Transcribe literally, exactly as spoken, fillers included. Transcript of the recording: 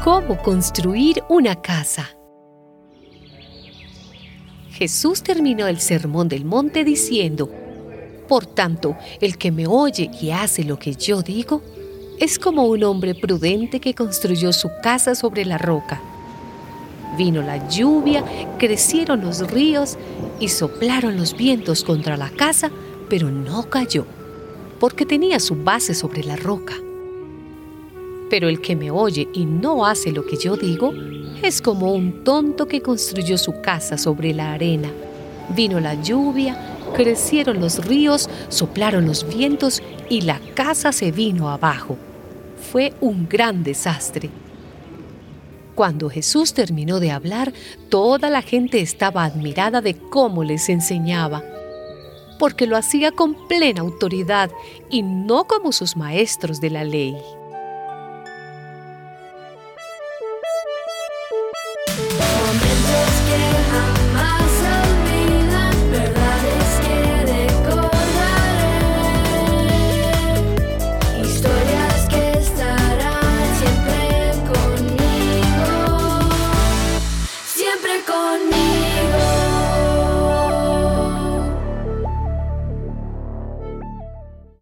cómo construir una casa. Jesús terminó el sermón del monte diciendo: Por tanto, el que me oye y hace lo que yo digo, es como un hombre prudente que construyó su casa sobre la roca. Vino la lluvia, crecieron los ríos y soplaron los vientos contra la casa, pero no cayó, porque tenía su base sobre la roca. Pero el que me oye y no hace lo que yo digo, es como un tonto que construyó su casa sobre la arena. Vino la lluvia, crecieron los ríos, soplaron los vientos y la casa se vino abajo. Fue un gran desastre. Cuando Jesús terminó de hablar, toda la gente estaba admirada de cómo les enseñaba, porque lo hacía con plena autoridad y no como sus maestros de la ley.